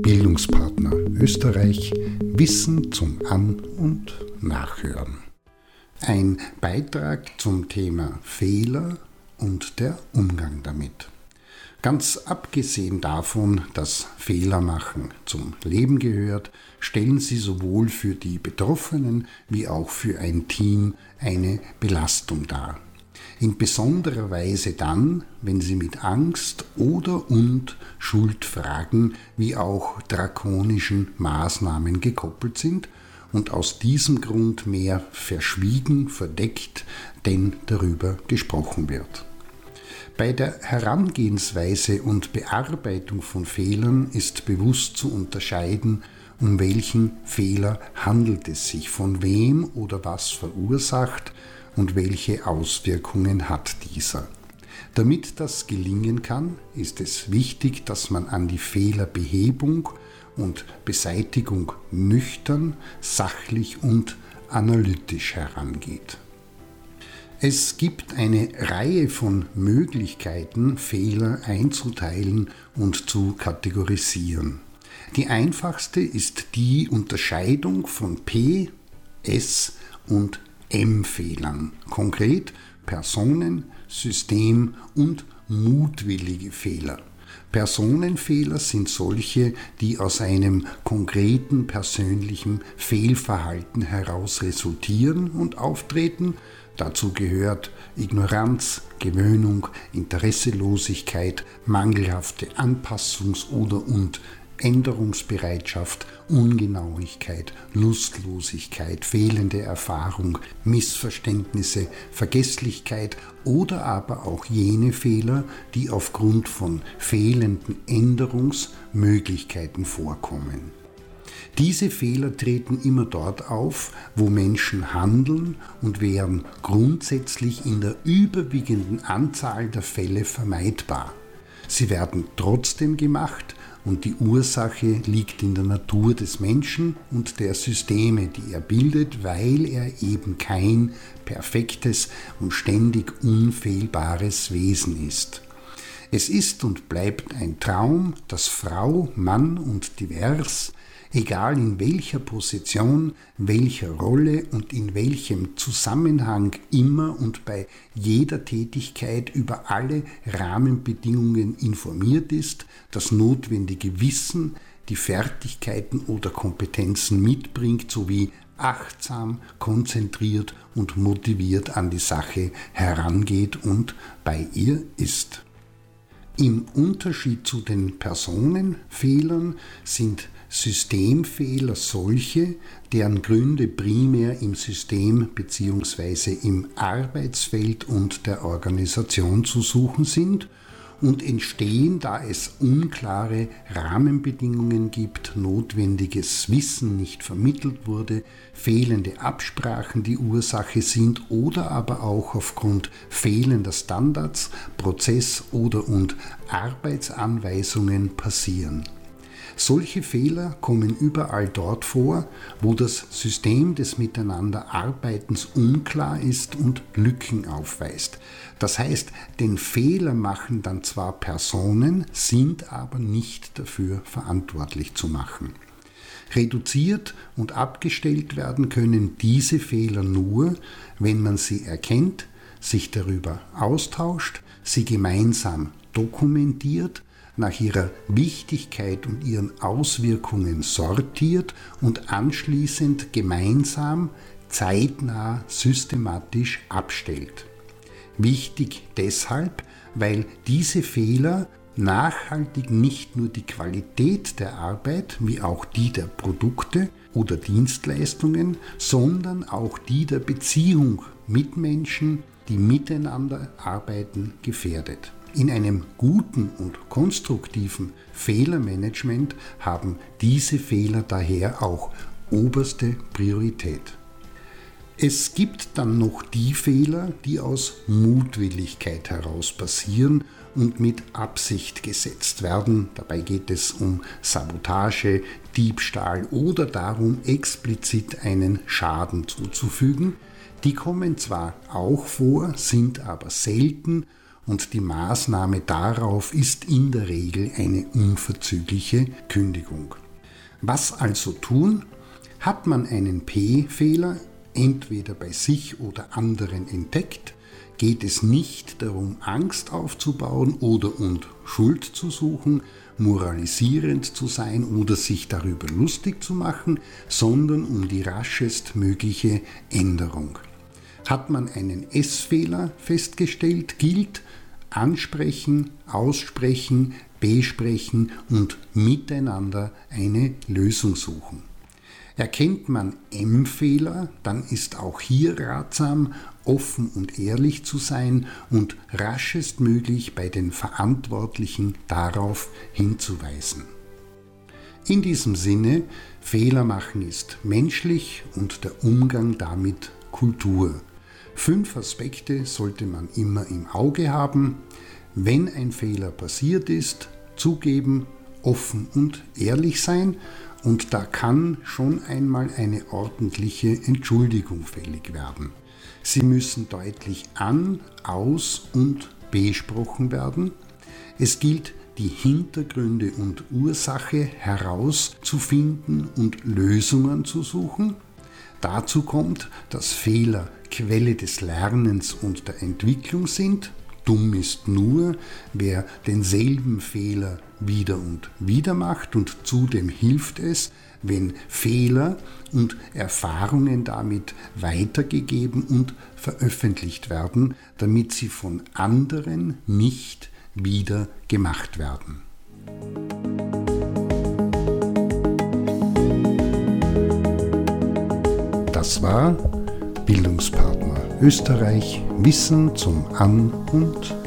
Bildungspartner Österreich Wissen zum An- und Nachhören. Ein Beitrag zum Thema Fehler und der Umgang damit. Ganz abgesehen davon, dass Fehler machen zum Leben gehört, stellen sie sowohl für die Betroffenen wie auch für ein Team eine Belastung dar. In besonderer Weise dann, wenn sie mit Angst und Schuldfragen wie auch drakonischen Maßnahmen gekoppelt sind und aus diesem Grund mehr verschwiegen, verdeckt, denn darüber gesprochen wird. Bei der Herangehensweise und Bearbeitung von Fehlern ist bewusst zu unterscheiden, um welchen Fehler handelt es sich, von wem oder was verursacht und welche Auswirkungen hat dieser. Damit das gelingen kann, ist es wichtig, dass man an die Fehlerbehebung und Beseitigung nüchtern, sachlich und analytisch herangeht. Es gibt eine Reihe von Möglichkeiten, Fehler einzuteilen und zu kategorisieren. Die einfachste ist die Unterscheidung von P, S und M-Fehlern, konkret Personen-, System- und mutwillige Fehler. Personenfehler sind solche, die aus einem konkreten persönlichen Fehlverhalten heraus resultieren und auftreten. Dazu gehört Ignoranz, Gewöhnung, Interesselosigkeit, mangelhafte Anpassungs- und Änderungsbereitschaft, Ungenauigkeit, Lustlosigkeit, fehlende Erfahrung, Missverständnisse, Vergesslichkeit oder aber auch jene Fehler, die aufgrund von fehlenden Änderungsmöglichkeiten vorkommen. Diese Fehler treten immer dort auf, wo Menschen handeln und wären grundsätzlich in der überwiegenden Anzahl der Fälle vermeidbar. Sie werden trotzdem gemacht und die Ursache liegt in der Natur des Menschen und der Systeme, die er bildet, weil er eben kein perfektes und ständig unfehlbares Wesen ist. Es ist und bleibt ein Traum, dass Frau, Mann und divers, egal in welcher Position, welcher Rolle und in welchem Zusammenhang immer und bei jeder Tätigkeit über alle Rahmenbedingungen informiert ist, das notwendige Wissen, die Fertigkeiten oder Kompetenzen mitbringt, sowie achtsam, konzentriert und motiviert an die Sache herangeht und bei ihr ist. Im Unterschied zu den Personenfehlern sind Systemfehler solche, deren Gründe primär im System bzw. im Arbeitsfeld und der Organisation zu suchen sind und entstehen, da es unklare Rahmenbedingungen gibt, notwendiges Wissen nicht vermittelt wurde, fehlende Absprachen die Ursache sind oder aber auch aufgrund fehlender Standards, Prozess- und Arbeitsanweisungen passieren. Solche Fehler kommen überall dort vor, wo das System des Miteinanderarbeitens unklar ist und Lücken aufweist. Das heißt, den Fehler machen dann zwar Personen, sind aber nicht dafür verantwortlich zu machen. Reduziert und abgestellt werden können diese Fehler nur, wenn man sie erkennt, sich darüber austauscht, sie gemeinsam dokumentiert, nach ihrer Wichtigkeit und ihren Auswirkungen sortiert und anschließend gemeinsam, zeitnah, systematisch abstellt. Wichtig deshalb, weil diese Fehler nachhaltig nicht nur die Qualität der Arbeit, wie auch die der Produkte oder Dienstleistungen, sondern auch die der Beziehung mit Menschen, die miteinander arbeiten, gefährdet. In einem guten und konstruktiven Fehlermanagement haben diese Fehler daher auch oberste Priorität. Es gibt dann noch die Fehler, die aus Mutwilligkeit heraus passieren und mit Absicht gesetzt werden. Dabei geht es um Sabotage, Diebstahl oder darum, explizit einen Schaden zuzufügen. Die kommen zwar auch vor, sind aber selten und die Maßnahme darauf ist in der Regel eine unverzügliche Kündigung. Was also tun? Hat man einen P-Fehler entweder bei sich oder anderen entdeckt, geht es nicht darum, Angst aufzubauen oder und Schuld zu suchen, moralisierend zu sein oder sich darüber lustig zu machen, sondern um die raschestmögliche Änderung. Hat man einen S-Fehler festgestellt, gilt ansprechen, aussprechen, besprechen und miteinander eine Lösung suchen. Erkennt man M-Fehler, dann ist auch hier ratsam, offen und ehrlich zu sein und raschestmöglich bei den Verantwortlichen darauf hinzuweisen. In diesem Sinne, Fehler machen ist menschlich und der Umgang damit Kultur. 5 Aspekte sollte man immer im Auge haben. Wenn ein Fehler passiert ist, zugeben, offen und ehrlich sein. Und da kann schon einmal eine ordentliche Entschuldigung fällig werden. Sie müssen deutlich aus- und besprochen werden. Es gilt, die Hintergründe und Ursache herauszufinden und Lösungen zu suchen. Dazu kommt, dass Fehler Quelle des Lernens und der Entwicklung sind. Dumm ist nur, wer denselben Fehler wieder und wieder macht, und zudem hilft es, wenn Fehler und Erfahrungen damit weitergegeben und veröffentlicht werden, damit sie von anderen nicht wieder gemacht werden. Das war Bildungspartner Österreich, Wissen zum An- und